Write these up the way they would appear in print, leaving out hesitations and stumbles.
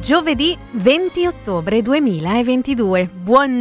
Giovedì 20 ottobre 2022.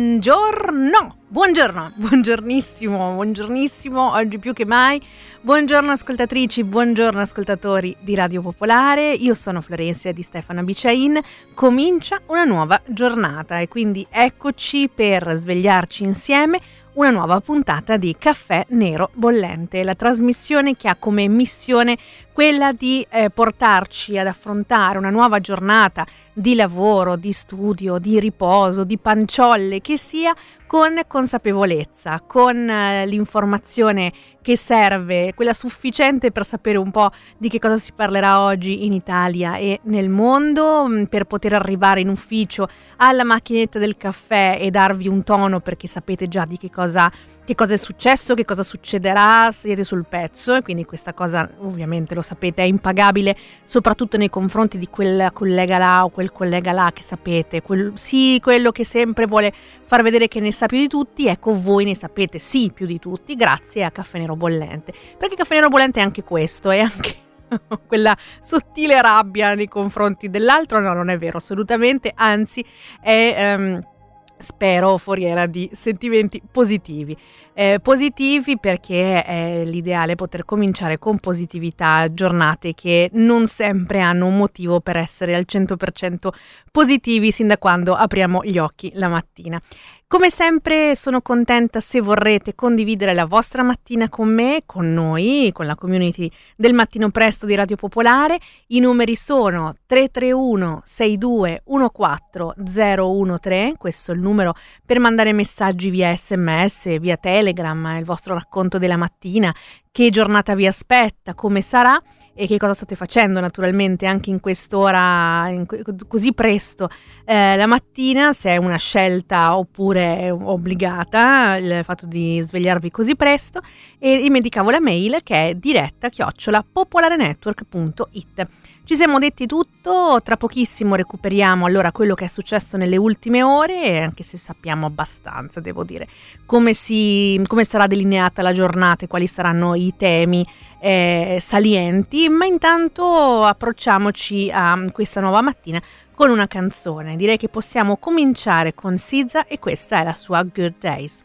Buongiornissimo, oggi più che mai. Buongiorno ascoltatrici, buongiorno ascoltatori di Radio Popolare. Io sono Florencia di Stefano Biciain. Comincia una nuova giornata e quindi eccoci per svegliarci insieme. Una nuova puntata di Caffè Nero Bollente, la trasmissione che ha come missione quella di portarci ad affrontare una nuova giornata di lavoro, di studio, di riposo, di panciolle, che sia con consapevolezza, con l'informazione che serve, quella sufficiente per sapere un po' di che cosa si parlerà oggi in Italia e nel mondo, per poter arrivare in ufficio alla macchinetta del caffè e darvi un tono perché sapete già di che cosa è successo, che cosa succederà, siete sul pezzo e quindi questa cosa ovviamente lo sapete è impagabile, soprattutto nei confronti di quel collega là o quel collega là che sapete, quello che sempre vuole far vedere che ne sa più di tutti. Ecco, voi ne sapete sì più di tutti grazie a Caffè Nero Bollente, perché Caffè Nero Bollente è anche questo, è anche quella sottile rabbia nei confronti dell'altro. No, non è vero assolutamente, anzi è spero foriera di sentimenti positivi. Positivi perché è l'ideale poter cominciare con positività giornate che non sempre hanno un motivo per essere al 100% positivi sin da quando apriamo gli occhi la mattina. Come sempre sono contenta se vorrete condividere la vostra mattina con me, con noi, con la community del Mattino Presto di Radio Popolare. I numeri sono 331 6214 013, questo è il numero per mandare messaggi via SMS, via Telegram, il vostro racconto della mattina, che giornata vi aspetta, come sarà e che cosa state facendo naturalmente anche in quest'ora così presto la mattina, se è una scelta oppure obbligata il fatto di svegliarvi così presto. E dimenticavo la mail che è diretta@popolarenetwork.it. Ci siamo detti tutto, tra pochissimo recuperiamo allora quello che è successo nelle ultime ore, anche se sappiamo abbastanza, devo dire, come sarà delineata la giornata e quali saranno i temi salienti, ma intanto approcciamoci a questa nuova mattina con una canzone. Direi che possiamo cominciare con SZA e questa è la sua Good Days.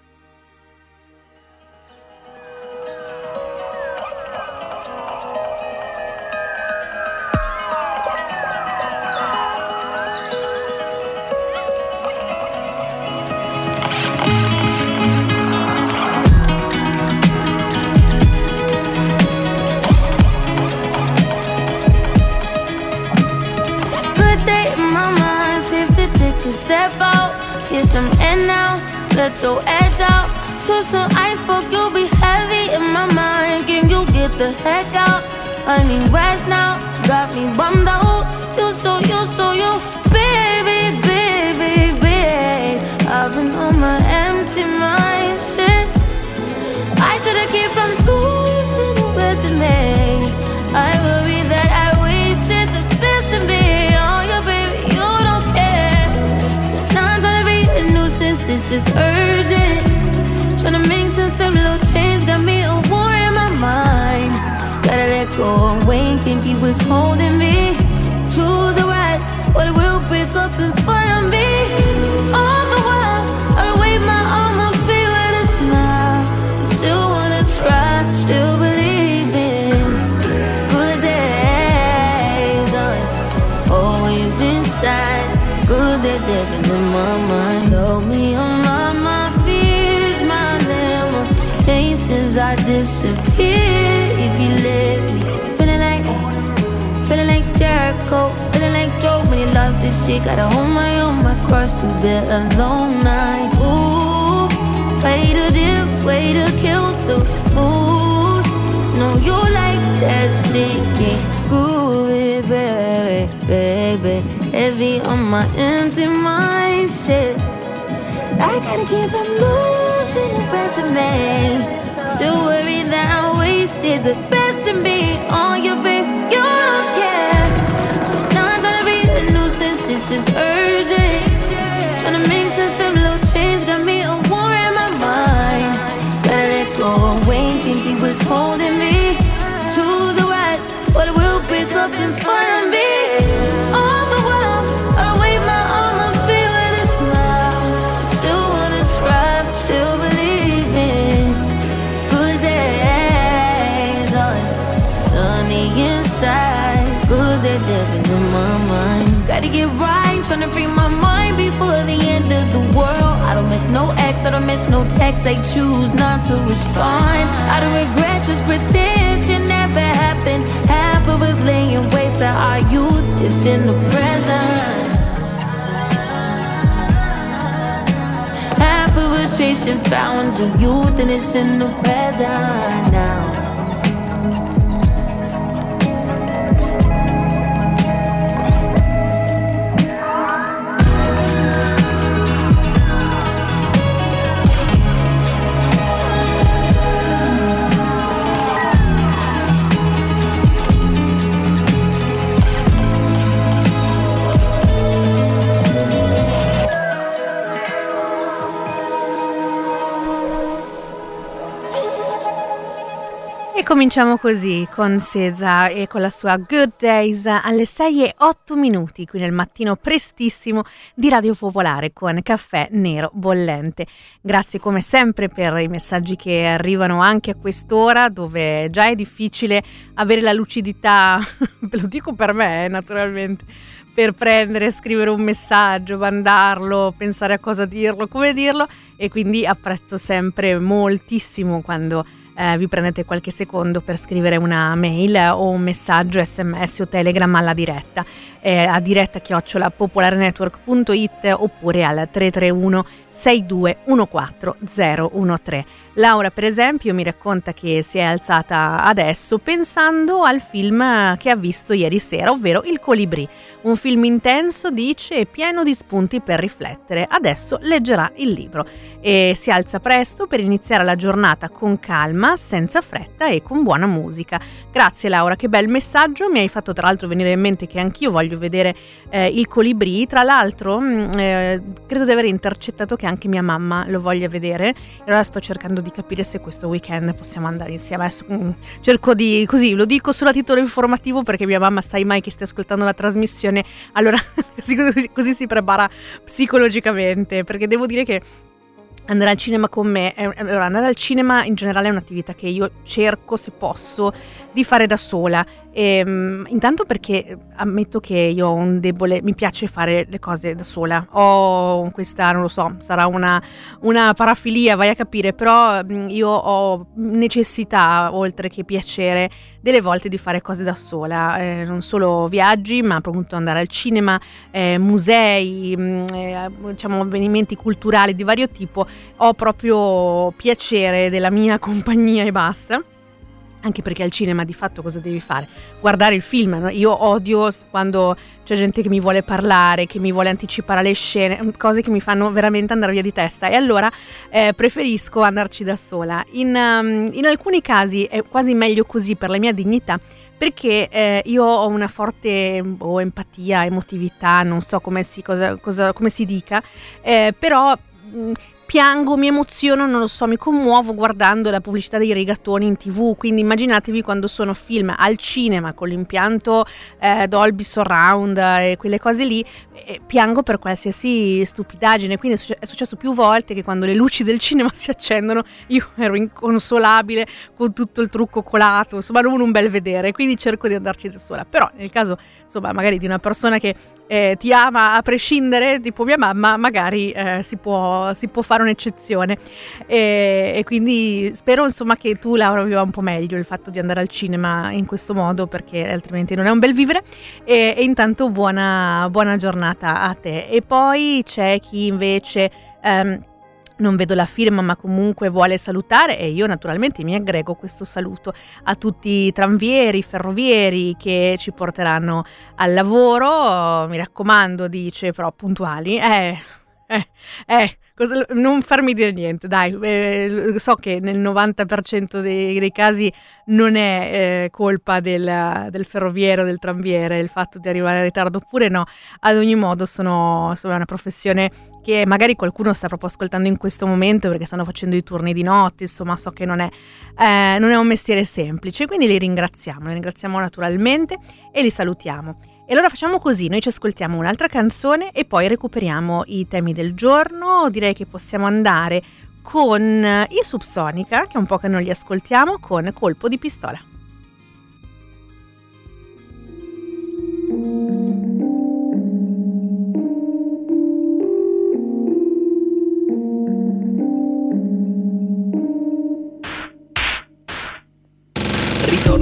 Step out, get some air now, let your edge out. To some iceberg, you'll be heavy in my mind. Can you get the heck out? I need rest now, got me bummed out. You, baby, baby, baby. I've been on my empty mind, shit. I should've kept from losing the best in me. I worry that I wasted the best in me. Oh, yeah, baby, you don't care. It's just urgent. Tryna make sense of little change. Got me a war in my mind. Gotta let go and wait. Can't keep what's holding me. Choose the right, or it will break up in front of me. All the while, I'll wave my arm and feel with a smile. Still wanna try, still believe in good days. Always inside. Good days living in my mind. Told me I'm on my fears, my limitations. I disappear if you let me. Feeling like Jericho, feeling like Joe when he lost his shit. Gotta hold my own, my cross to bear a long night. Ooh, way to dip, way to kill the mood. No, you like that shit, can't groove it, baby, baby. Heavy on my empty mind, shit. I gotta keep from losing the rest of me. Still worried that I wasted the best in me. Oh, you babe, you don't care. So now I'm tryna be a nuisance, it's just urgent. Tryna make sense of little change, got me a war in my mind. Gotta let go away, can't keep what's holding me. Choose the right, but it will break up in front of me. All the while gotta get right, trying to free my mind before the end of the world. I don't miss no ex, I don't miss no text, they choose not to respond. I don't regret, just pretend shit never happened. Half of us laying waste to our youth is in the present. Half of us chasing fountains of youth and it's in the present now. Cominciamo così con SZA e con la sua Good Days alle 6:08 qui nel mattino prestissimo di Radio Popolare con Caffè Nero Bollente. Grazie come sempre per i messaggi che arrivano anche a quest'ora, dove già è difficile avere la lucidità, ve lo dico per me naturalmente, per prendere, scrivere un messaggio, mandarlo, pensare a cosa dirlo, come dirlo, e quindi apprezzo sempre moltissimo quando vi prendete qualche secondo per scrivere una mail o un messaggio SMS o Telegram alla diretta, a diretta@popolarenetwork.it oppure al 331 6214 013. Laura per esempio mi racconta che si è alzata adesso pensando al film che ha visto ieri sera, ovvero Il Colibrì, un film intenso, dice, e pieno di spunti per riflettere. Adesso leggerà il libro e si alza presto per iniziare la giornata con calma, senza fretta e con buona musica. Grazie Laura, che bel messaggio, mi hai fatto tra l'altro venire in mente che anch'io voglio vedere Il Colibrì. Tra l'altro credo di aver intercettato che anche mia mamma lo voglia vedere, e allora sto cercando di capire se questo weekend possiamo andare insieme. Adesso cerco di, così lo dico solo a titolo informativo perché mia mamma sai mai che stia ascoltando la trasmissione, allora così si prepara psicologicamente, perché devo dire che andare al cinema con me, allora andare al cinema in generale è un'attività che io cerco, se posso, di fare da sola. Intanto perché ammetto che io ho un debole, mi piace fare le cose da sola, ho questa, non lo so, sarà una parafilia, vai a capire, però io ho necessità, oltre che piacere, delle volte di fare cose da sola, non solo viaggi, ma appunto andare al cinema, musei, diciamo avvenimenti culturali di vario tipo. Ho proprio piacere della mia compagnia e basta. Anche perché al cinema di fatto cosa devi fare? Guardare il film, no? Io odio quando c'è gente che mi vuole parlare, che mi vuole anticipare le scene, cose che mi fanno veramente andare via di testa, e allora preferisco andarci da sola. In alcuni casi è quasi meglio così per la mia dignità, perché io ho una forte empatia, emotività, non so come si dica, però piango, mi emoziono, non lo so, mi commuovo guardando la pubblicità dei rigatoni in TV, quindi immaginatevi quando sono film al cinema con l'impianto Dolby Surround e quelle cose lì, piango per qualsiasi stupidaggine, quindi è successo più volte che quando le luci del cinema si accendono io ero inconsolabile con tutto il trucco colato, insomma non un bel vedere, quindi cerco di andarci da sola. Però nel caso insomma magari di una persona che ti ama a prescindere, tipo mia mamma, magari si può fare un'eccezione, e quindi spero insomma che tu, Laura, viva un po' meglio il fatto di andare al cinema in questo modo, perché altrimenti non è un bel vivere, e intanto buona giornata a te. E poi c'è chi invece non vedo la firma ma comunque vuole salutare, e io naturalmente mi aggrego questo saluto a tutti i tranvieri, ferrovieri che ci porteranno al lavoro, mi raccomando, dice, però puntuali, non farmi dire niente, dai, so che nel 90% dei casi non è colpa del ferroviere o del tranviere il fatto di arrivare in ritardo oppure no. Ad ogni modo sono una professione che magari qualcuno sta proprio ascoltando in questo momento perché stanno facendo i turni di notte, insomma so che non è un mestiere semplice, quindi li ringraziamo naturalmente e li salutiamo. E allora facciamo così, noi ci ascoltiamo un'altra canzone e poi recuperiamo i temi del giorno. Direi che possiamo andare con i Subsonica, che è un po' che non li ascoltiamo, con Colpo di pistola.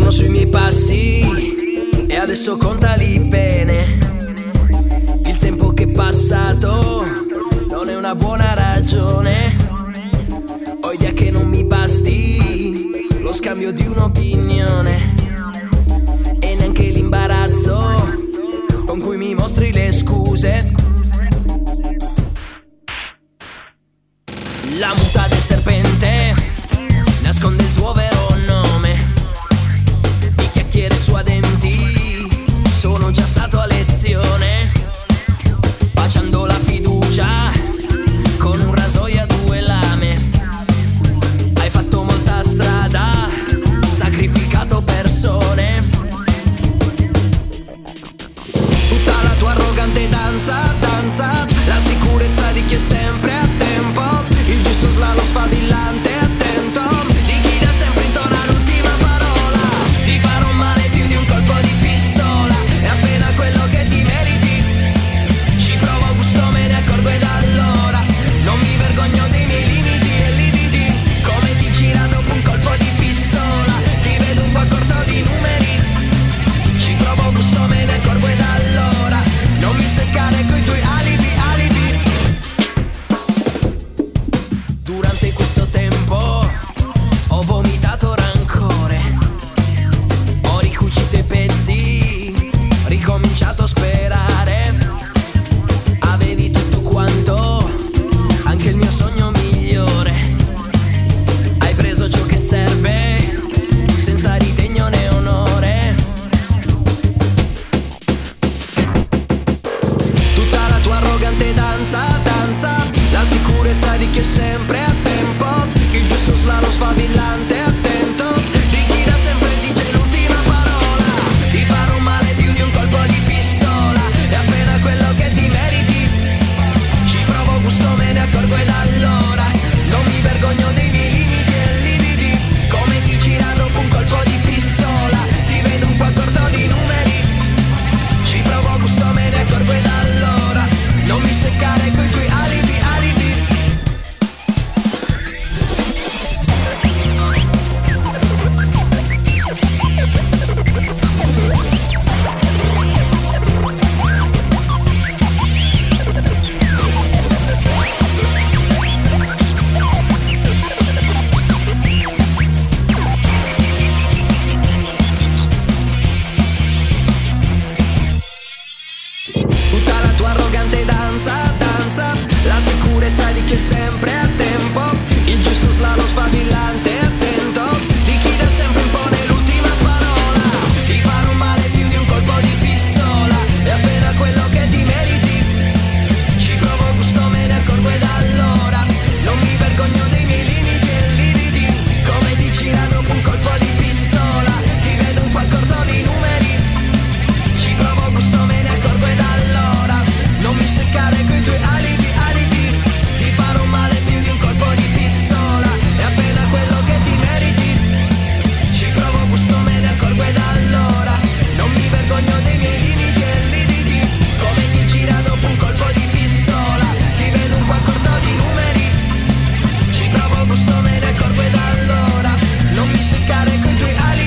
torno sui miei passi e adesso contali bene. Il tempo che è passato non è una buona ragione. Ho idea che non mi basti lo scambio di un'opinione e neanche l'imbarazzo con cui mi mostri le scuse. La muta del serpente nasconde il tuo vero nome. Di chiacchiere su a denti sono già stato a lezione, baciando la fiducia con un rasoio a due lame. Hai fatto molta strada, sacrificato persone. Tutta la tua arrogante danza, la sicurezza di chi è sempre a tempo, il giusto slalom sfavillante, attento, di chi da sempre intona l'ultima parola. Ti farò male più di un colpo di pistola, è appena quello che ti meriti. Ci provo gusto, me ne accorgo ed allora non mi vergogno dei miei limiti e lividi. Come ti gira dopo un colpo di pistola, ti vedo un po' corto di numeri. Ci provo gusto, me ne accorgo ed allora non mi seccare coi tuoi alibi. Durante questo tempo ho vomitato rancore, ho ricucito i pezzi, ricominciato a sperare. Avevi tutto quanto, anche il mio sogno migliore. Hai preso ciò che serve, senza ritegno né onore. Tutta la tua arrogante danza, la sicurezza di chi è sempre a tempo, il giusto slalom sfavillante, attento, di chi da sempre esige l'ultima parola. Ti farò male più di un colpo di pistola, è appena quello che ti meriti. Ci provo gusto, me ne accorgo ed allora non mi vergogno dei miei limiti e lividi. Come ti gira dopo un colpo di pistola, ti vedo un po' corto di numeri. Ci provo gusto, me ne accorgo ed allora non mi seccare coi tuoi alibi. Tutta la tua arrogante danza, la sicurezza di chi è sempre a tempo, il giusto slalom sfavillante, attento, di chi da sempre impone l'ultima parola. Ti farò male più di un colpo di pistola, è appena quello che ti meriti. Ci provo gusto, me ne accorgo ed allora non mi vergogno dei miei limiti e lividi. Come ti gira dopo un colpo di pistola, ti vedo un po' corto di numeri. Ci provo gusto, me ne accorgo ed allora non mi seccare coi tuoi alibi. Ti farò male più di un colpo di pistola, è appena quello che ti meriti. Ci provo gusto, me ne accorgo ed allora non mi vergogno dei miei limiti e lividi. Come ti gira dopo un colpo di pistola, ti vedo un po' corto di numeri. Ci provo gusto, me ne accorgo ed allora non mi seccare coi tuoi alibi.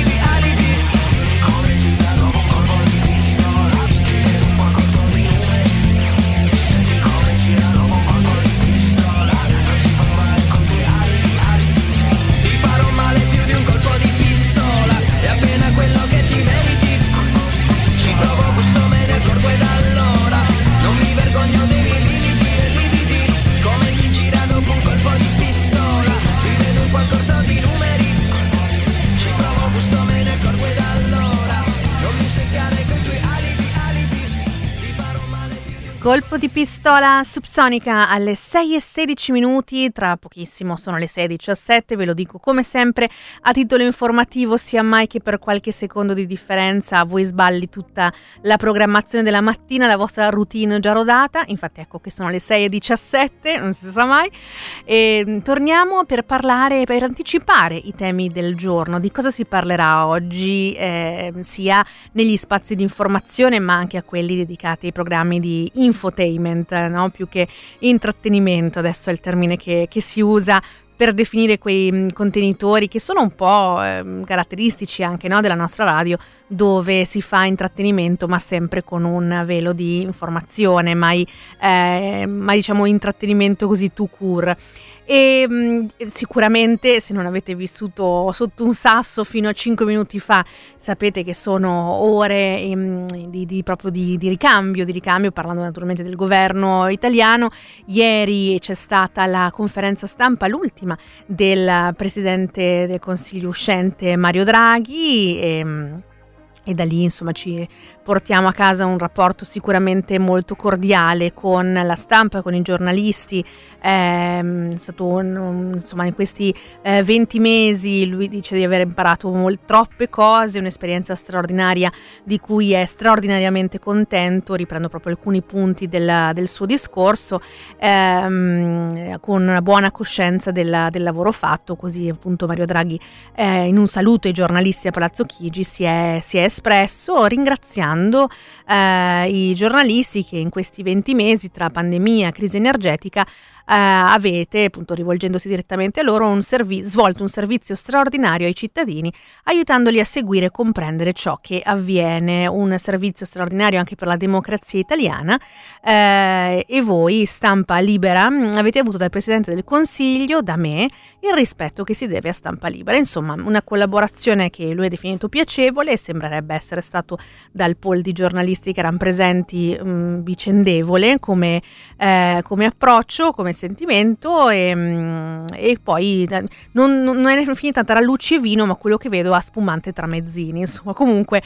Come ti gira dopo un colpo di pistola, ti vedo un po' corto di numeri. Come gira dopo un colpo di pistola, non ci provare con tuoi alibi. Ti farò male più di un colpo di pistola, è appena quello che ti meriti. Ci provo gusto, me ne accorgo ed allora non mi vergogno dei miei limiti e lividi. Come ti gira dopo un colpo di pistola, ti vedo un po' corto di numeri. Ci provo gusto, me ne accorgo ed allora non mi seccare con i tuoi alibi. Ti farò male più di un Colpo di pistola subsonica alle 6:16, tra pochissimo sono le 6:17, ve lo dico come sempre a titolo informativo, sia mai che per qualche secondo di differenza a voi sballi tutta la programmazione della mattina, la vostra routine già rodata. Infatti ecco che sono le 6:17, non si sa mai, e torniamo per parlare, per anticipare i temi del giorno, di cosa si parlerà oggi, sia negli spazi di informazione ma anche a quelli dedicati ai programmi di infotainment, no? Più che intrattenimento, adesso è il termine che si usa per definire quei contenitori che sono un po' caratteristici anche, no, della nostra radio, dove si fa intrattenimento ma sempre con un velo di informazione, mai diciamo intrattenimento così tout court. E sicuramente, se non avete vissuto sotto un sasso fino a 5 minuti fa, sapete che sono ore proprio di ricambio, parlando naturalmente del governo italiano. Ieri c'è stata la conferenza stampa, l'ultima, del presidente del Consiglio uscente Mario Draghi, e da lì insomma ci portiamo a casa un rapporto sicuramente molto cordiale con la stampa, con i giornalisti. È stato insomma in questi 20 mesi lui dice di aver imparato troppe cose, un'esperienza straordinaria di cui è straordinariamente contento. Riprendo proprio alcuni punti del suo discorso, con una buona coscienza del lavoro fatto. Così appunto Mario Draghi, in un saluto ai giornalisti a Palazzo Chigi, si è espresso ringraziando i giornalisti che in questi 20 mesi tra pandemia e crisi energetica avete, appunto rivolgendosi direttamente a loro, svolto un servizio straordinario ai cittadini, aiutandoli a seguire e comprendere ciò che avviene. Un servizio straordinario anche per la democrazia italiana, e voi, Stampa Libera, avete avuto dal Presidente del Consiglio, da me, il rispetto che si deve a Stampa Libera. Insomma, una collaborazione che lui ha definito piacevole e sembrerebbe essere stato, dal pool di giornalisti che erano presenti, vicendevole come approccio, come sentimento, e poi non è finita tra lucci e vino, ma quello che vedo a spumante tra mezzini. Insomma, comunque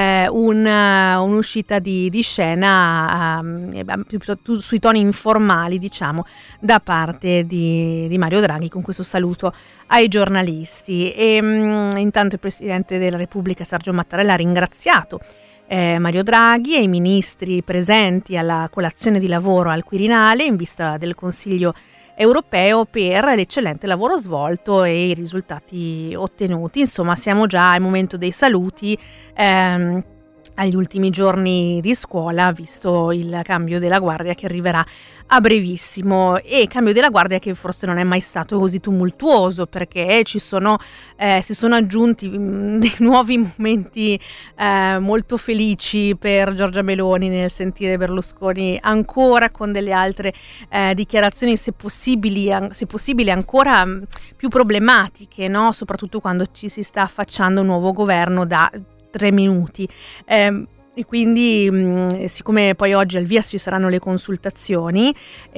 un'uscita di scena sui toni informali, diciamo, da parte di Mario Draghi, con questo saluto ai giornalisti. E intanto il Presidente della Repubblica Sergio Mattarella ha ringraziato Mario Draghi e i ministri presenti alla colazione di lavoro al Quirinale in vista del Consiglio europeo per l'eccellente lavoro svolto e i risultati ottenuti. Insomma, siamo già al momento dei saluti, agli ultimi giorni di scuola, visto il cambio della guardia che arriverà a brevissimo, e cambio della guardia che forse non è mai stato così tumultuoso, perché si sono aggiunti dei nuovi momenti molto felici per Giorgia Meloni nel sentire Berlusconi ancora con delle altre dichiarazioni, se possibile ancora più problematiche, no? Soprattutto quando ci si sta affacciando un nuovo governo da 3 minuti. E quindi, siccome poi oggi al via ci saranno le consultazioni,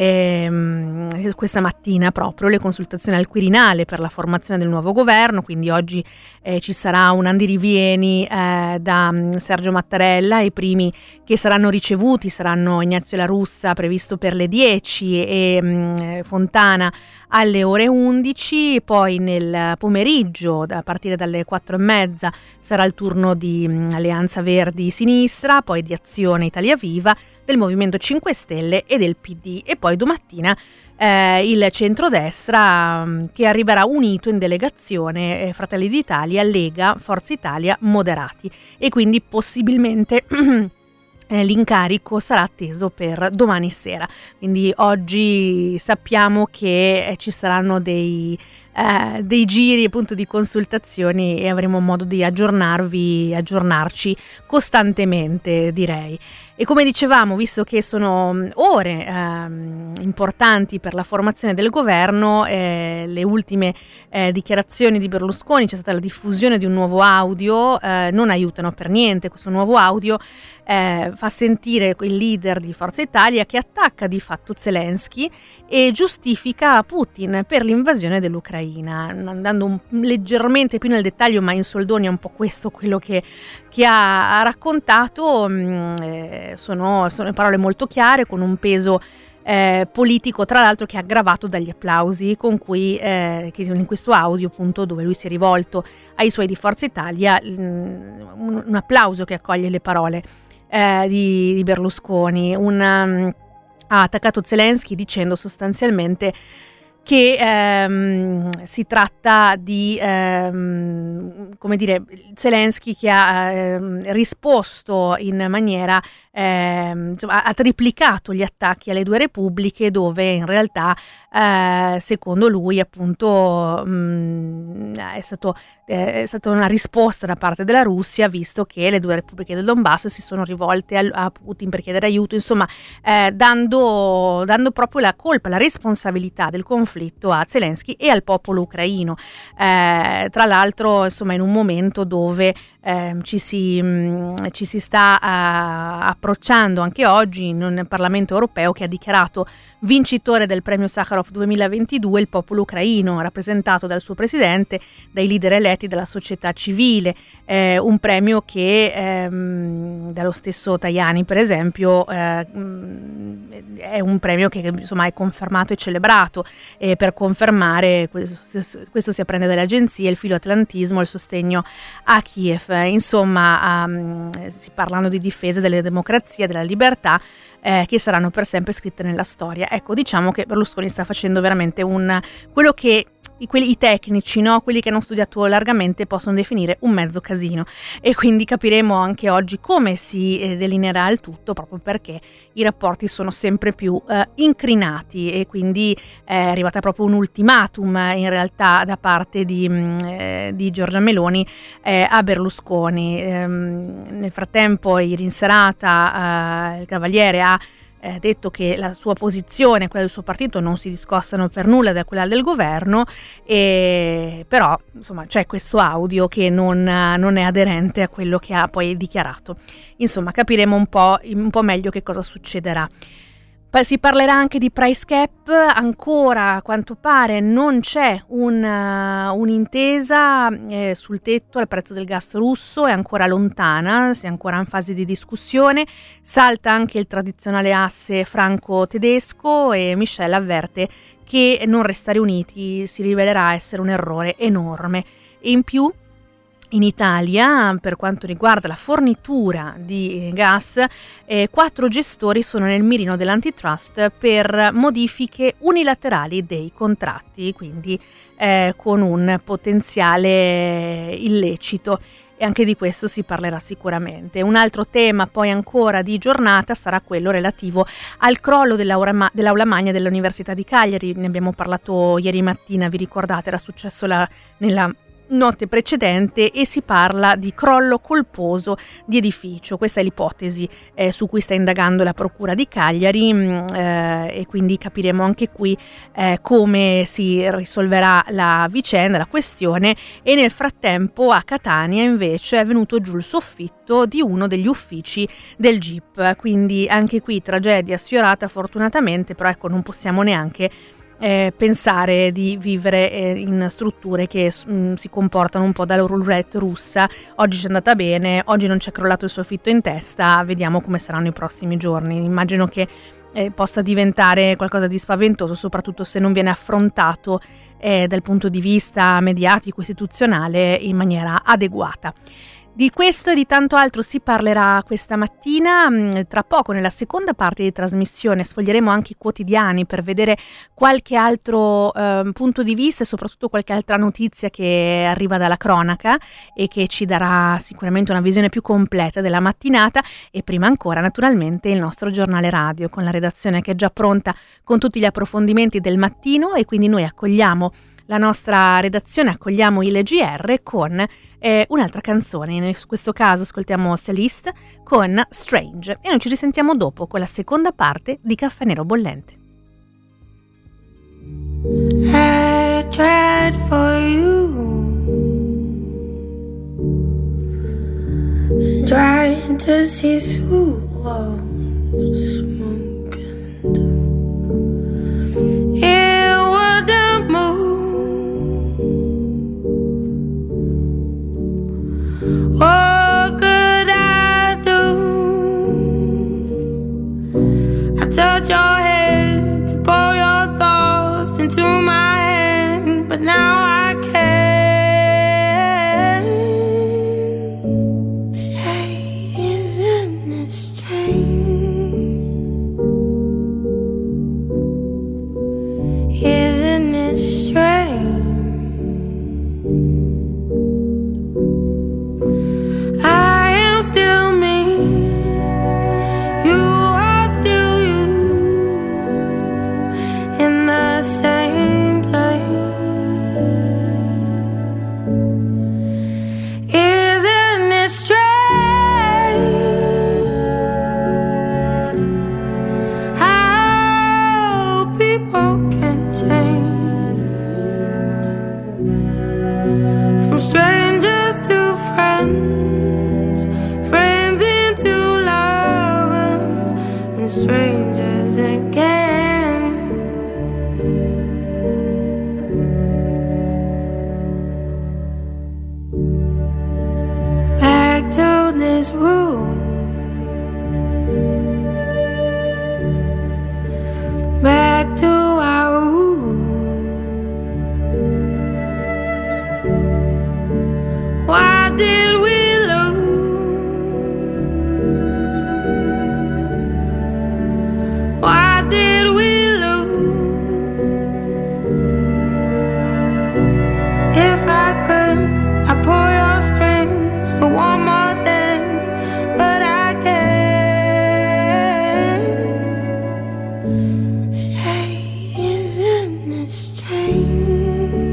questa mattina proprio le consultazioni al Quirinale per la formazione del nuovo governo, quindi oggi ci sarà un andirivieni da Sergio Mattarella. I primi che saranno ricevuti saranno Ignazio La Russa, previsto per le 10, e Fontana alle ore 11. Poi nel pomeriggio, a partire dalle 4:30, sarà il turno di Alleanza Verdi Sinistra, poi di Azione Italia Viva, del Movimento 5 Stelle e del PD, e poi domattina il centrodestra, che arriverà unito in delegazione, Fratelli d'Italia, Lega, Forza Italia, Moderati, e quindi possibilmente l'incarico sarà atteso per domani sera. Quindi oggi sappiamo che ci saranno dei giri, appunto, di consultazioni, e avremo modo di aggiornarci costantemente, direi. E come dicevamo, visto che sono ore importanti per la formazione del governo, le ultime dichiarazioni di Berlusconi, c'è stata la diffusione di un nuovo audio, non aiutano per niente. Questo nuovo audio fa sentire il leader di Forza Italia che attacca di fatto Zelensky e giustifica Putin per l'invasione dell'Ucraina, andando leggermente più nel dettaglio, ma in soldoni è un po' questo quello che ha raccontato. Sono parole molto chiare, con un peso politico, tra l'altro, che è aggravato dagli applausi con cui, che in questo audio, appunto, dove lui si è rivolto ai suoi di Forza Italia, un applauso che accoglie le parole di Berlusconi. Ha attaccato Zelensky dicendo sostanzialmente che si tratta di Zelensky che ha risposto in maniera insomma, ha triplicato gli attacchi alle due repubbliche, dove in realtà secondo lui appunto è stata una risposta da parte della Russia, visto che le due repubbliche del Donbass si sono rivolte a Putin per chiedere aiuto, insomma dando proprio la colpa, la responsabilità del conflitto a Zelensky e al popolo ucraino, tra l'altro insomma in un momento dove ci si sta approcciando anche oggi nel Parlamento europeo, che ha dichiarato vincitore del premio Sakharov 2022 il popolo ucraino, rappresentato dal suo presidente, dai leader eletti della società civile, un premio che dallo stesso Tajani per esempio è un premio che insomma è confermato e celebrato, per confermare, questo si apprende dalle agenzie, il filo atlantismo e il sostegno a Kiev. Insomma si parlano di difesa delle democrazie, della libertà, che saranno per sempre scritte nella storia. Ecco, diciamo che Berlusconi sta facendo veramente quello che i tecnici, no? Quelli che hanno studiato largamente, possono definire un mezzo casino, e quindi capiremo anche oggi come si delineerà il tutto, proprio perché i rapporti sono sempre più incrinati, e quindi è arrivata proprio un ultimatum in realtà da parte di Giorgia Meloni a Berlusconi. Nel frattempo, ieri in serata, il Cavaliere ha detto che la sua posizione e quella del suo partito non si discostano per nulla da quella del governo, però insomma c'è questo audio che non è aderente a quello che ha poi dichiarato. Insomma, capiremo un po' meglio che cosa succederà. Si parlerà anche di price cap. Ancora, a quanto pare, non c'è un'intesa sul tetto al prezzo del gas russo, è ancora lontana, si è ancora in fase di discussione. Salta anche il tradizionale asse franco-tedesco, e Michel avverte che non restare uniti si rivelerà essere un errore enorme. E in più, in Italia, per quanto riguarda la fornitura di gas, 4 gestori sono nel mirino dell'antitrust per modifiche unilaterali dei contratti, quindi con un potenziale illecito. E anche di questo si parlerà sicuramente. Un altro tema poi ancora di giornata sarà quello relativo al crollo dell'aula magna dell'Università di Cagliari. Ne abbiamo parlato ieri mattina, vi ricordate, era successo nella notte precedente, e si parla di crollo colposo di edificio. Questa è l'ipotesi su cui sta indagando la Procura di Cagliari, e quindi capiremo anche qui come si risolverà la vicenda, la questione. E nel frattempo a Catania invece è venuto giù il soffitto di uno degli uffici del GIP, quindi anche qui tragedia sfiorata fortunatamente, però ecco, non possiamo neanche pensare di vivere in strutture che si comportano un po' da roulette russa. Oggi ci è andata bene, oggi non ci è crollato il soffitto in testa, vediamo come saranno i prossimi giorni. Immagino che possa diventare qualcosa di spaventoso, soprattutto se non viene affrontato dal punto di vista mediatico, istituzionale, in maniera adeguata. Di questo e di tanto altro si parlerà questa mattina. Tra poco, nella seconda parte di trasmissione, sfoglieremo anche i quotidiani per vedere qualche altro punto di vista e soprattutto qualche altra notizia che arriva dalla cronaca e che ci darà sicuramente una visione più completa della mattinata. E prima ancora, naturalmente, il nostro giornale radio con la redazione che è già pronta con tutti gli approfondimenti del mattino, e quindi noi accogliamo la nostra redazione, accogliamo il GR con un'altra canzone. In questo caso ascoltiamo Celeste con Strange, e noi ci risentiamo dopo con la seconda parte di Caffè Nero Bollente. I tried for you, trying to see through walls smoke, and it wouldn't move. What could I do? I touch your head to pour your thoughts into my hand, but now I can't say, isn't it strange? strangers again. Back to this room, back to our room. Why did we lose? Why did we lose? If I could, I'd pull your strings for one more dance, but I can't. Say, isn't it strange?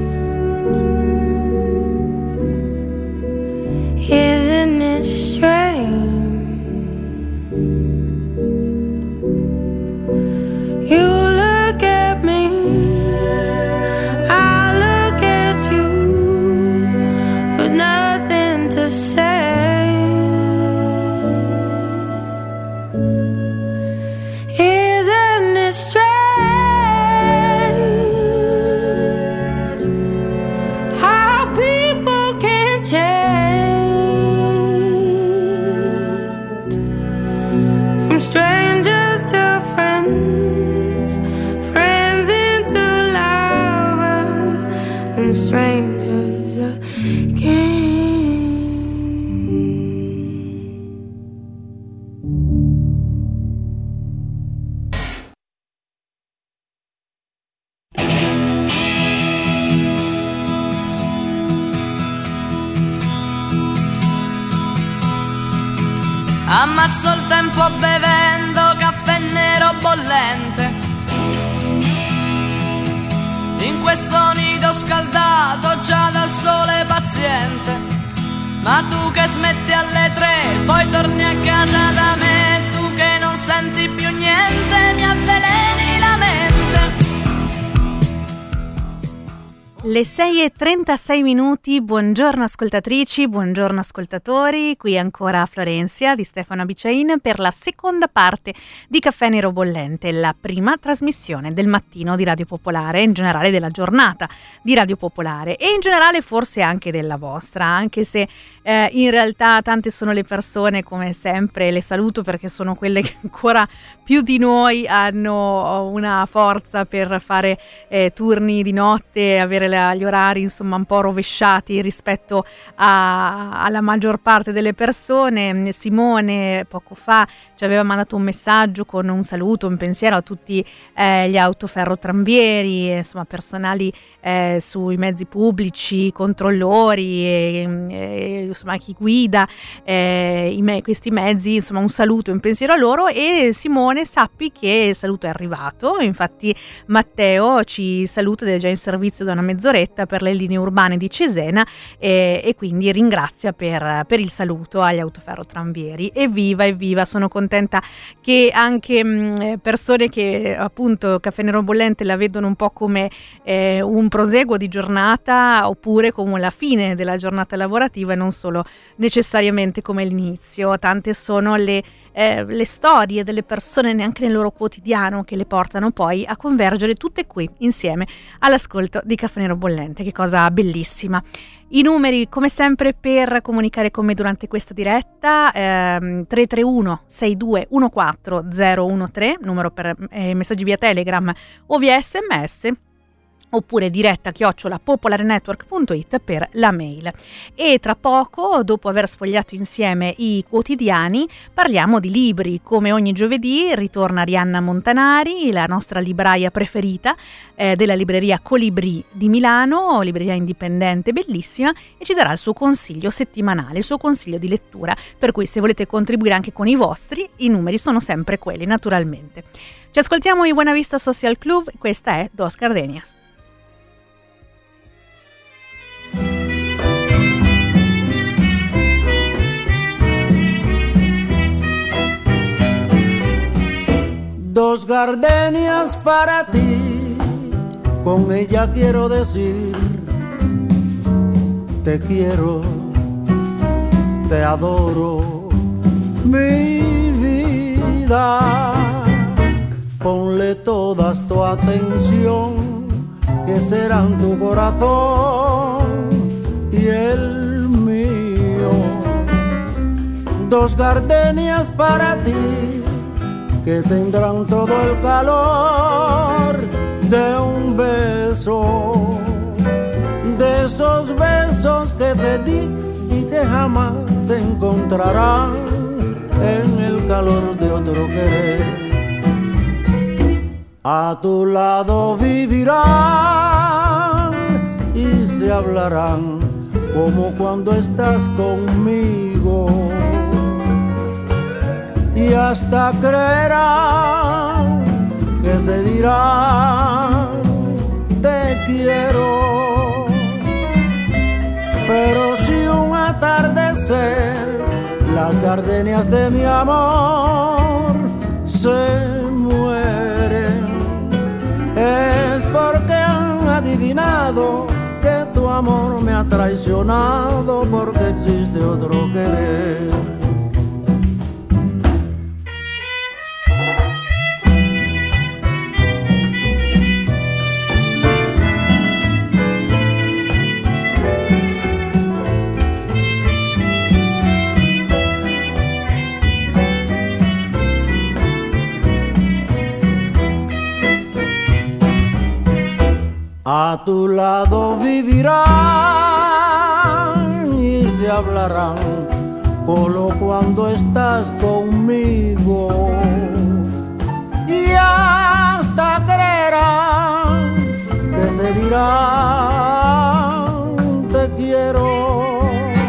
Isn't it strange? You look at me, I look at you, with nothing to say. Isn't it strange how people can change from strangers to friends, friends into lovers, and strangers again. Ammazzo il tempo bevendo caffè nero bollente in questo nido scaldato già dal sole paziente. Ma tu che smetti alle 3, poi torni a casa da me, tu che non senti più niente, mi avveleni la mente. Le 6:36, buongiorno ascoltatrici, buongiorno ascoltatori, qui ancora Florenzia di Stefano Abiciain per la seconda parte di Caffè Nero Bollente, la prima trasmissione del mattino di Radio Popolare, in generale della giornata di Radio Popolare e in generale forse anche della vostra, anche se in realtà tante sono le persone, come sempre le saluto perché sono quelle che ancora più di noi hanno una forza per fare turni di notte, avere gli orari insomma un po' rovesciati rispetto alla maggior parte delle persone. Simone poco fa ci aveva mandato un messaggio con un saluto, un pensiero a tutti gli autoferrotrambieri, insomma personali sui mezzi pubblici, controllori, insomma chi guida questi mezzi, insomma un saluto e un pensiero a loro. E Simone, sappi che il saluto è arrivato, infatti Matteo ci saluta ed è già in servizio da una mezz'oretta per le linee urbane di Cesena e quindi ringrazia per il saluto agli autoferrotramvieri. Evviva, sono contenta che anche persone che appunto Caffè Nero Bollente la vedono un po' come un proseguo di giornata oppure come la fine della giornata lavorativa e non solo necessariamente come l'inizio. Tante sono le storie delle persone neanche nel loro quotidiano che le portano poi a convergere tutte qui insieme all'ascolto di Caffè Nero Bollente. Che cosa bellissima. I numeri come sempre per comunicare con me durante questa diretta 331 6214 013, numero per messaggi via Telegram o via SMS, oppure diretta @popolarenetwork.it per la mail. E tra poco, dopo aver sfogliato insieme i quotidiani, parliamo di libri. Come ogni giovedì ritorna Arianna Montanari, la nostra libraia preferita della libreria Colibrì di Milano, libreria indipendente bellissima, e ci darà il suo consiglio settimanale, il suo consiglio di lettura, per cui se volete contribuire anche con i vostri, i numeri sono sempre quelli, naturalmente. Ci ascoltiamo i Buena Vista Social Club, questa è Dos Gardenias. Dos gardenias para ti, con ella quiero decir, te quiero, te adoro, mi vida. ponle todas tu atención, que serán tu corazón y el mío. Dos gardenias para ti, que tendrán todo el calor de un beso, de esos besos que te di y que jamás te encontrarán en el calor de otro querer. A tu lado vivirán y se hablarán como cuando estás conmigo, y hasta creerán que se dirán te quiero. Pero si un atardecer las gardenias de mi amor se mueren, es porque han adivinado que tu amor me ha traicionado, porque existe otro querer. A tu lado vivirán y se hablarán solo cuando estás conmigo, y hasta creerán que se dirán te quiero.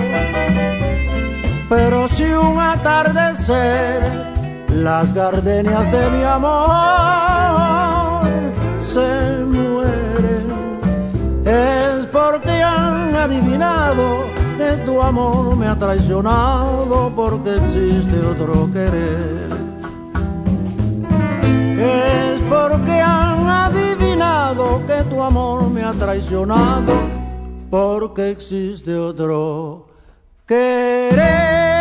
Pero si un atardecer las gardenias de mi amor se mueren, es porque han adivinado que tu amor me ha traicionado, porque existe otro querer. Es porque han adivinado que tu amor me ha traicionado, porque existe otro querer.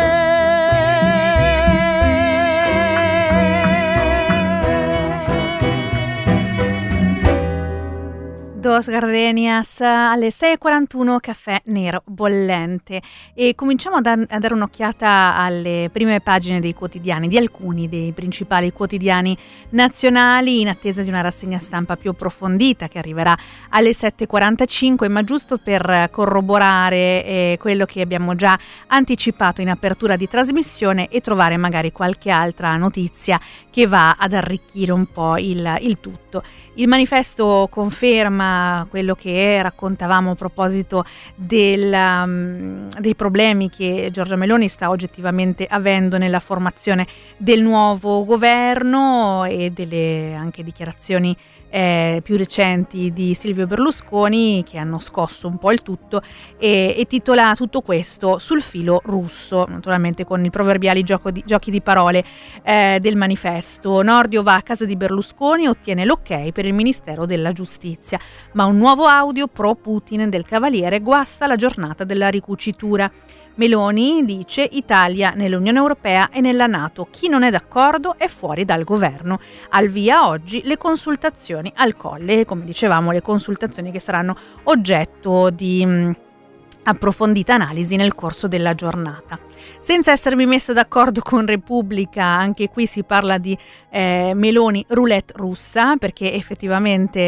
Dos Gardenias alle 6.41, caffè nero bollente, e cominciamo a dare un'occhiata alle prime pagine dei quotidiani, di alcuni dei principali quotidiani nazionali, in attesa di una rassegna stampa più approfondita che arriverà alle 7.45, ma giusto per corroborare quello che abbiamo già anticipato in apertura di trasmissione e trovare magari qualche altra notizia che va ad arricchire un po' il tutto. Il manifesto conferma quello che raccontavamo a proposito dei problemi che Giorgia Meloni sta oggettivamente avendo nella formazione del nuovo governo, e delle anche dichiarazioni più recenti di Silvio Berlusconi che hanno scosso un po' il tutto, e titola tutto questo sul filo russo, naturalmente con i proverbiali giochi di parole del manifesto. Nordio va a casa di Berlusconi e ottiene l'ok per il Ministero della Giustizia, ma un nuovo audio pro Putin del Cavaliere guasta la giornata della ricucitura. Meloni dice Italia nell'Unione Europea e nella NATO. Chi non è d'accordo è fuori dal governo. Al via oggi le consultazioni al Colle, come dicevamo, le consultazioni che saranno oggetto di approfondita analisi nel corso della giornata. Senza essermi messa d'accordo con Repubblica, anche qui si parla di Meloni roulette russa, perché effettivamente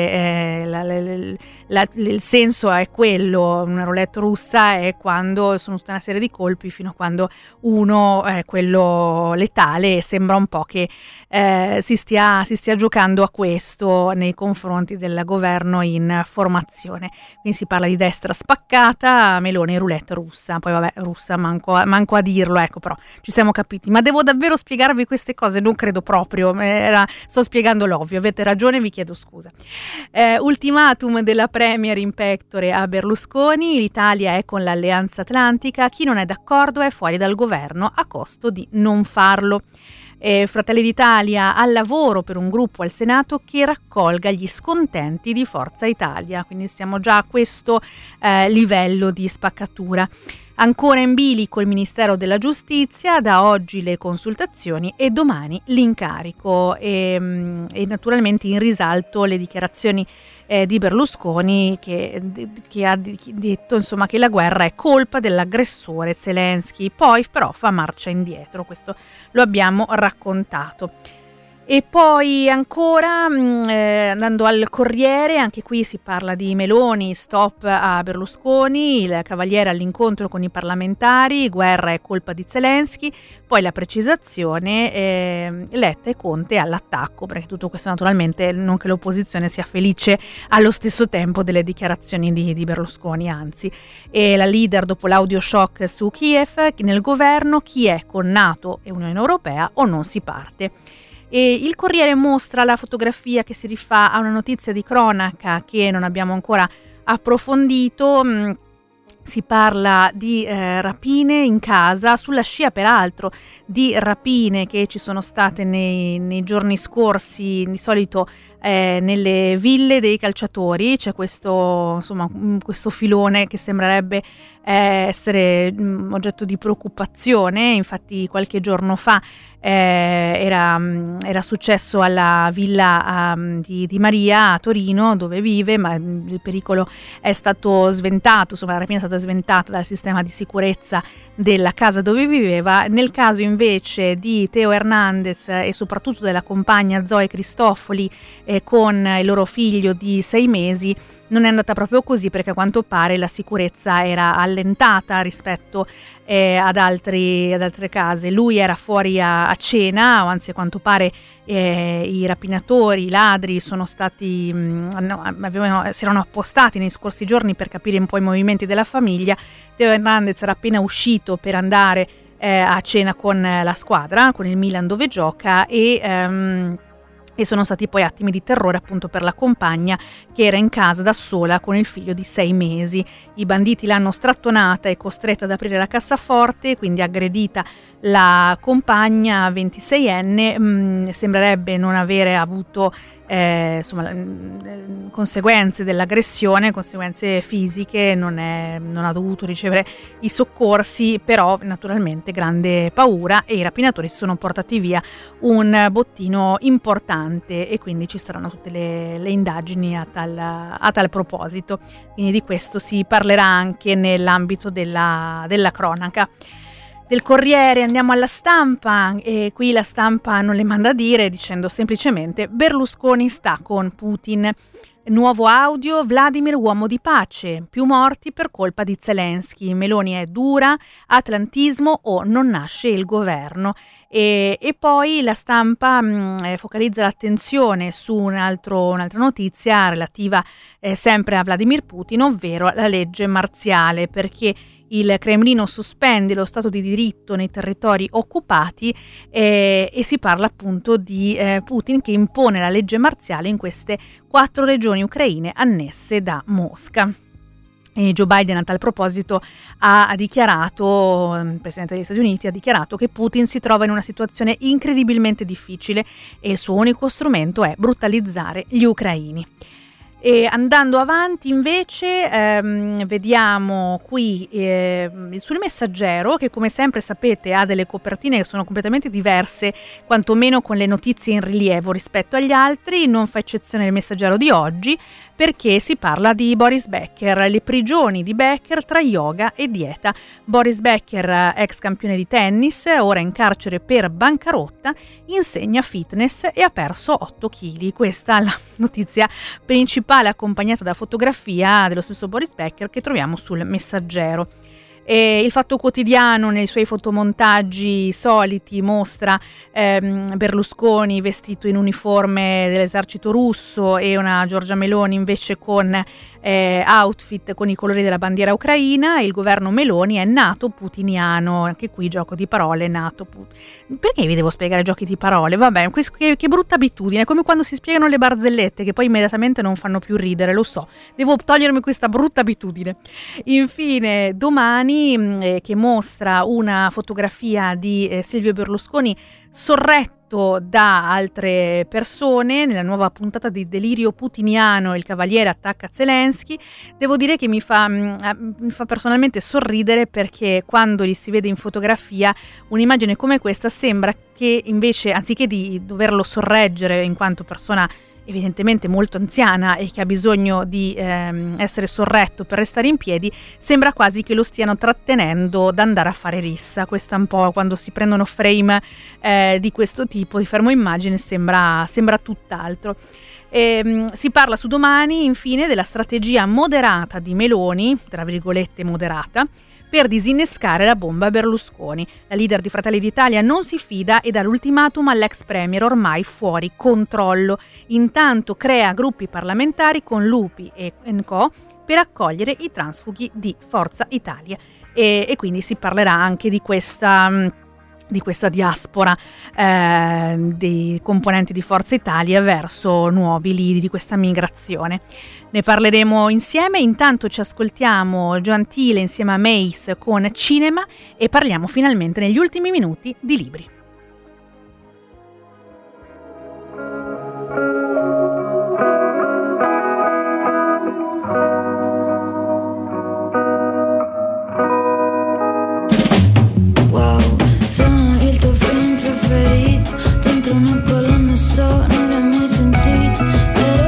il senso è quello. Una roulette russa è quando sono tutta una serie di colpi fino a quando uno è quello letale, e sembra un po' che si stia giocando a questo nei confronti del governo in formazione. Quindi si parla di destra spaccata, Meloni roulette russa, poi vabbè, russa manco a dirlo, ecco, però ci siamo capiti. Ma devo davvero spiegarvi queste cose? Non credo proprio, sto spiegando l'ovvio, avete ragione, vi chiedo scusa. Ultimatum della Premier in pectore a Berlusconi: l'Italia è con l'Alleanza Atlantica, chi non è d'accordo è fuori dal governo a costo di non farlo. Fratelli d'Italia al lavoro per un gruppo al Senato che raccolga gli scontenti di Forza Italia, quindi siamo già a questo livello di spaccatura. Ancora in bilico il Ministero della Giustizia, da oggi le consultazioni e domani l'incarico e naturalmente in risalto le dichiarazioni di Berlusconi che ha detto insomma che la guerra è colpa dell'aggressore Zelensky, poi però fa marcia indietro, questo lo abbiamo raccontato. E poi ancora andando al Corriere, anche qui si parla di Meloni, stop a Berlusconi, il Cavaliere all'incontro con i parlamentari, guerra è colpa di Zelensky, poi la precisazione, Letta e Conte all'attacco, perché tutto questo naturalmente non che l'opposizione sia felice allo stesso tempo delle dichiarazioni di Berlusconi, anzi. E la leader dopo l'audio shock su Kiev, nel governo chi è con NATO e Unione Europea o non si parte. E il Corriere mostra la fotografia che si rifà a una notizia di cronaca che non abbiamo ancora approfondito. Si parla di rapine in casa, sulla scia peraltro di rapine che ci sono state nei giorni scorsi, di solito nelle ville dei calciatori. C'è questo filone che sembrerebbe essere oggetto di preoccupazione. Infatti qualche giorno fa era successo alla villa di Maria a Torino, dove vive, ma il pericolo è stato sventato, insomma la rapina è stata sventata dal sistema di sicurezza della casa dove viveva. Nel caso invece di Teo Hernandez e soprattutto della compagna Zoe Cristofoli con il loro figlio di 6 mesi, non è andata proprio così, perché a quanto pare la sicurezza era allentata rispetto ad altre case. Lui era fuori a cena, o anzi a quanto pare i rapinatori, i ladri sono stati si erano appostati nei scorsi giorni per capire un po' i movimenti della famiglia. Teo Hernandez era appena uscito per andare a cena con la squadra, con il Milan dove gioca, e sono stati poi attimi di terrore appunto per la compagna che era in casa da sola con il figlio di 6 mesi. I banditi l'hanno strattonata e costretta ad aprire la cassaforte, quindi aggredita la compagna 26enne. Sembrerebbe non avere avuto conseguenze dell'aggressione, conseguenze fisiche, non ha dovuto ricevere i soccorsi, però naturalmente grande paura, e i rapinatori si sono portati via un bottino importante e quindi ci saranno tutte le indagini a tal proposito. Quindi di questo si parlerà anche nell'ambito della cronaca. Del Corriere andiamo alla Stampa, e qui la Stampa non le manda a dire, dicendo semplicemente: Berlusconi sta con Putin. Nuovo audio, Vladimir uomo di pace, più morti per colpa di Zelensky, Meloni è dura, atlantismo o non nasce il governo. E poi la Stampa focalizza l'attenzione su un'altra notizia relativa sempre a Vladimir Putin, ovvero la legge marziale, perché il Cremlino sospende lo stato di diritto nei territori occupati e si parla appunto di Putin che impone la legge marziale in queste 4 regioni ucraine annesse da Mosca. E Joe Biden a tal proposito ha dichiarato, il Presidente degli Stati Uniti ha dichiarato che Putin si trova in una situazione incredibilmente difficile e il suo unico strumento è brutalizzare gli ucraini. E andando avanti invece vediamo qui sul Messaggero, che come sempre sapete ha delle copertine che sono completamente diverse, quantomeno con le notizie in rilievo rispetto agli altri. Non fa eccezione il Messaggero di oggi, perché si parla di Boris Becker, le prigioni di Becker tra yoga e dieta. Boris Becker, ex campione di tennis, ora in carcere per bancarotta, insegna fitness e ha perso 8 kg. Questa è la notizia principale, accompagnata da fotografia dello stesso Boris Becker che troviamo sul Messaggero. E il Fatto Quotidiano nei suoi fotomontaggi soliti mostra Berlusconi vestito in uniforme dell'esercito russo e una Giorgia Meloni invece con outfit con i colori della bandiera ucraina. Il governo Meloni è nato putiniano, anche qui gioco di parole, nato perché vi devo spiegare giochi di parole? Vabbè, che brutta abitudine, come quando si spiegano le barzellette che poi immediatamente non fanno più ridere, lo so, devo togliermi questa brutta abitudine. Infine domani Domani, che mostra una fotografia di Silvio Berlusconi sorretto da altre persone nella nuova puntata di Delirio Putiniano, il cavaliere attacca Zelensky. Devo dire che mi fa personalmente sorridere, perché quando li si vede in fotografia un'immagine come questa sembra che invece, anziché di doverlo sorreggere in quanto persona evidentemente molto anziana e che ha bisogno di essere sorretto per restare in piedi, sembra quasi che lo stiano trattenendo da andare a fare rissa. Questa un po', quando si prendono frame di questo tipo, di fermo immagine, sembra tutt'altro. Si parla su Domani, infine, della strategia moderata di Meloni, tra virgolette moderata, per disinnescare la bomba Berlusconi. La leader di Fratelli d'Italia non si fida e dà l'ultimatum all'ex premier ormai fuori controllo. Intanto crea gruppi parlamentari con Lupi e Co per accogliere i transfughi di Forza Italia. E quindi si parlerà anche di questa diaspora dei componenti di Forza Italia verso nuovi lidi di questa migrazione. Ne parleremo insieme. Intanto ci ascoltiamo Gioantile insieme a Mace con Cinema e parliamo finalmente negli ultimi minuti di libri. Wow, sono il tuo film preferito, dentro una colonna sonora mai sentito.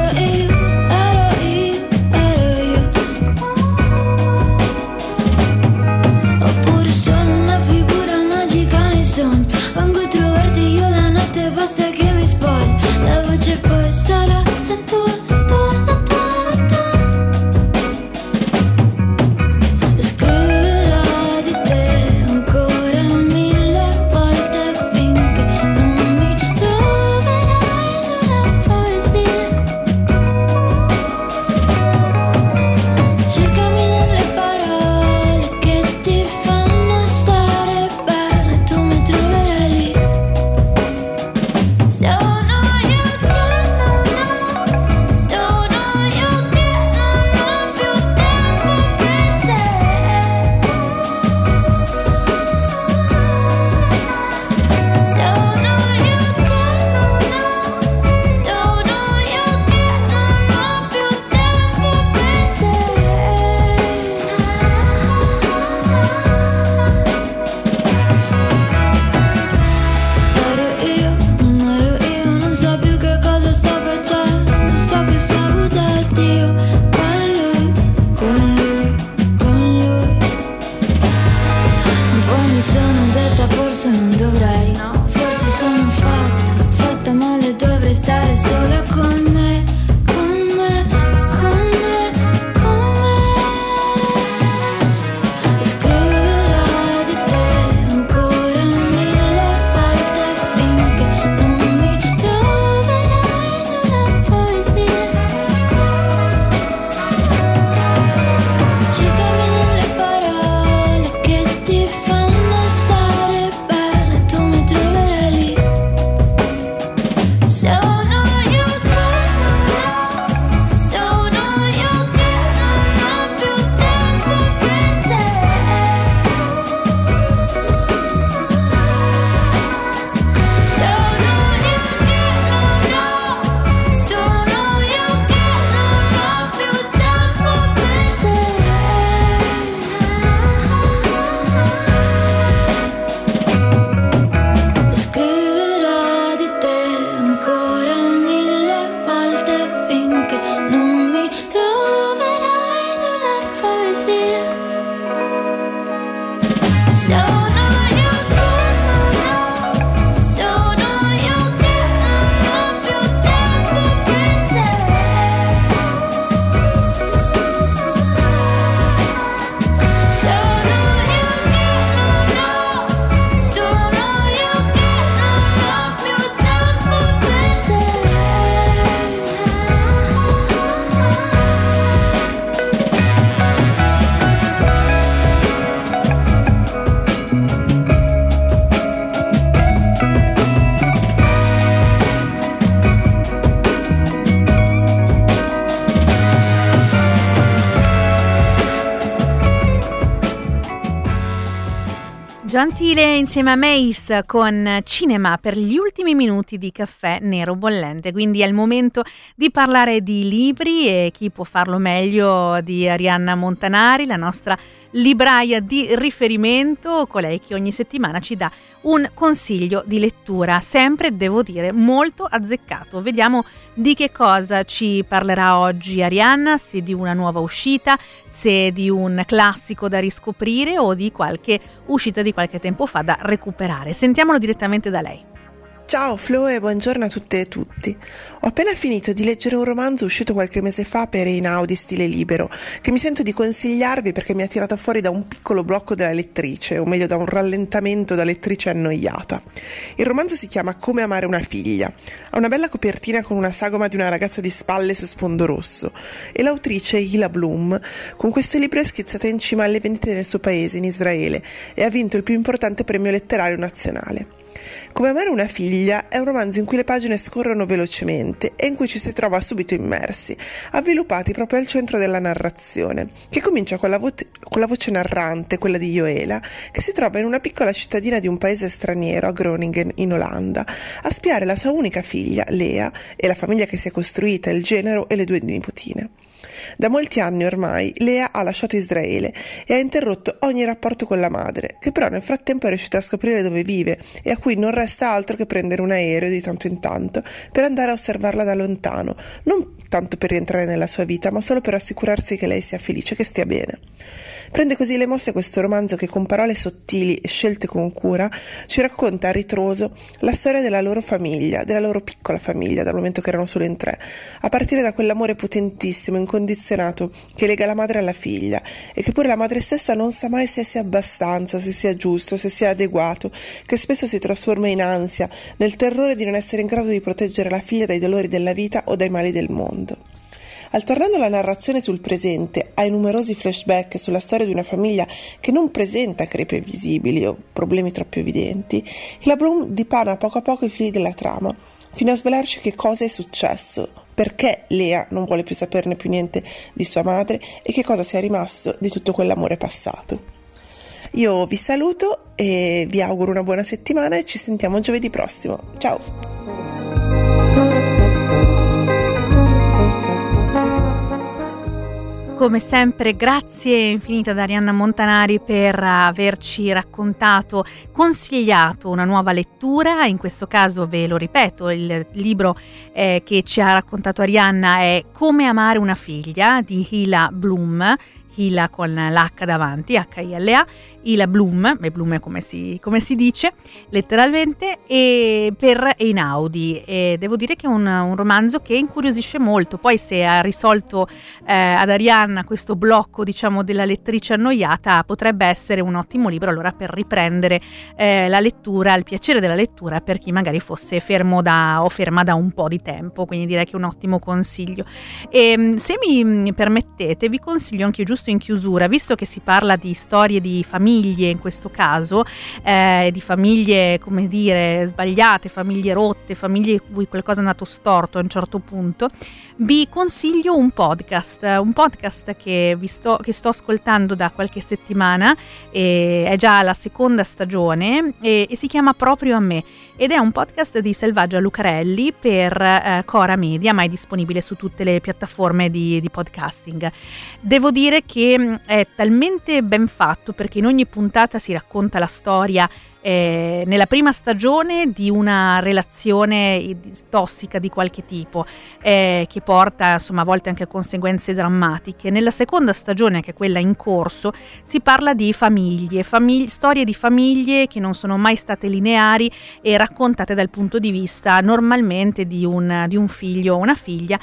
Oppure sono una figura magica nei sogni. Vengo a trovarti io la notte, basta che mi spogli. La voce poi sarà la tua, la tua, la tua, la tua. Scriverò di te ancora 1000 volte finché non mi troverai in una poesia. Cercami nelle parole che ti fanno stare bene, tu mi troverai lì. Sono io che non ho, sono io che non ho più tempo per te. Sono io che non ho, sono io che non ho più tempo per te. Ero io, non so più che cosa sto facendo, so che stavo da Dio con lui, con lui, con lui. Un po' mi sono detta forse non dovrei, forse sono fatta male, dovrei stare sola con me, con me, con me, con me. Scriverò di te ancora 1000 volte finché non mi troverai in una poesia. Cercami nelle parole che ti fanno stare bene, tu mi troverai lì. Gentile insieme a Mace con Cinema per gli ultimi minuti di Caffè Nero Bollente, quindi è il momento di parlare di libri e chi può farlo meglio di Arianna Montanari, la nostra libraia di riferimento, colei che ogni settimana ci dà un consiglio di lettura, sempre devo dire molto azzeccato. Vediamo di che cosa ci parlerà oggi Arianna, se di una nuova uscita, se di un classico da riscoprire o di qualche uscita di qualche tempo fa da recuperare. Sentiamolo direttamente da lei. Ciao Flo e buongiorno a tutte e tutti. Ho appena finito di leggere un romanzo uscito qualche mese fa per Einaudi stile libero, che mi sento di consigliarvi perché mi ha tirato fuori da un piccolo blocco della lettrice, o meglio da un rallentamento da lettrice annoiata. Il romanzo si chiama Come amare una figlia. Ha una bella copertina con una sagoma di una ragazza di spalle su sfondo rosso e l'autrice Hila Bloom con questo libro è schizzata in cima alle vendite nel suo paese, in Israele, e ha vinto il più importante premio letterario nazionale. Come amare una figlia è un romanzo in cui le pagine scorrono velocemente e in cui ci si trova subito immersi, avviluppati proprio al centro della narrazione, che comincia con la voce narrante, quella di Joela, che si trova in una piccola cittadina di un paese straniero, a Groningen, in Olanda, a spiare la sua unica figlia, Lea, e la famiglia che si è costruita, il genero e le 2 nipotine. Da molti anni ormai Lea ha lasciato Israele e ha interrotto ogni rapporto con la madre, che però nel frattempo è riuscita a scoprire dove vive e a cui non resta altro che prendere un aereo di tanto in tanto per andare a osservarla da lontano, non tanto per rientrare nella sua vita, ma solo per assicurarsi che lei sia felice, che stia bene. Prende così le mosse questo romanzo che con parole sottili e scelte con cura ci racconta a ritroso la storia della loro famiglia, della loro piccola famiglia, dal momento che erano solo in 3, a partire da quell'amore potentissimo, incondizionato, che lega la madre alla figlia e che pure la madre stessa non sa mai se sia abbastanza, se sia giusto, se sia adeguato, che spesso si trasforma in ansia, nel terrore di non essere in grado di proteggere la figlia dai dolori della vita o dai mali del mondo. Alternando la narrazione sul presente ai numerosi flashback sulla storia di una famiglia che non presenta crepe visibili o problemi troppo evidenti, la Bloom dipana poco a poco i fili della trama, fino a svelarci che cosa è successo, perché Lea non vuole più saperne più niente di sua madre e che cosa sia rimasto di tutto quell'amore passato. Io vi saluto e vi auguro una buona settimana e ci sentiamo giovedì prossimo. Ciao! Come sempre, grazie infinite ad Arianna Montanari per averci raccontato, consigliato una nuova lettura. In questo caso, ve lo ripeto, il libro che ci ha raccontato Arianna è Come amare una figlia di Hila Bloom, Hila con l'H davanti, H-I-L-A, Hila Bloom, e Bloom è come si dice letteralmente, e per Einaudi. E devo dire che è un romanzo che incuriosisce molto. Poi se ha risolto ad Arianna questo blocco, diciamo, della lettrice annoiata, potrebbe essere un ottimo libro allora per riprendere la lettura, il piacere della lettura per chi magari fosse ferma da un po' di tempo, quindi direi che è un ottimo consiglio. E se mi permettete vi consiglio anche io, giusto in chiusura, visto che si parla di storie di famiglie in questo caso, di famiglie, come dire, sbagliate, famiglie rotte, famiglie in cui qualcosa è andato storto a un certo punto, vi consiglio un podcast che sto ascoltando da qualche settimana, è già la 2ª stagione e si chiama Proprio a me, ed è un podcast di Selvaggia Lucarelli per Cora Media, ma è disponibile su tutte le piattaforme di podcasting. Devo dire che è talmente ben fatto perché in ogni puntata si racconta la storia nella prima stagione di una relazione tossica di qualche tipo, che porta insomma a volte anche a conseguenze drammatiche. Nella 2ª stagione, che è quella in corso, si parla di storie di famiglie che non sono mai state lineari e raccontate dal punto di vista normalmente di un figlio o una figlia,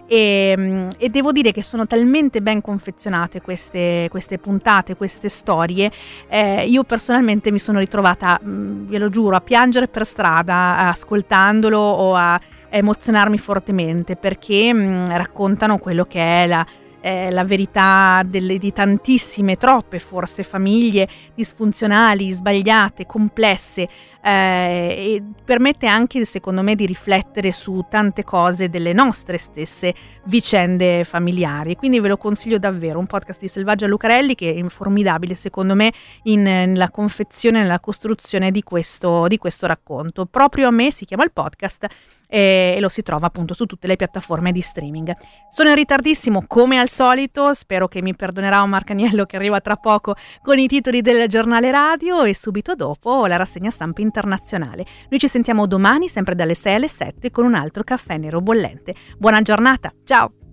e devo dire che sono talmente ben confezionate queste puntate, queste storie. Io personalmente mi sono ritrovata, ve lo giuro, a piangere per strada ascoltandolo o a emozionarmi fortemente, perché raccontano quello che è la verità di tantissime, troppe forse, famiglie disfunzionali, sbagliate, complesse, e permette anche, secondo me, di riflettere su tante cose delle nostre stesse vicende familiari. Quindi ve lo consiglio davvero, un podcast di Selvaggia Lucarelli che è formidabile secondo me nella confezione, nella costruzione di questo racconto. Proprio a me si chiama il podcast e lo si trova appunto su tutte le piattaforme di streaming. Sono in ritardissimo come al solito, spero che mi perdonerà Marco Aniello che arriva tra poco con i titoli del giornale radio e subito dopo la rassegna stampa internazionale. Noi ci sentiamo domani sempre dalle 6 alle 7 con un altro caffè nero bollente. Buona giornata, ciao!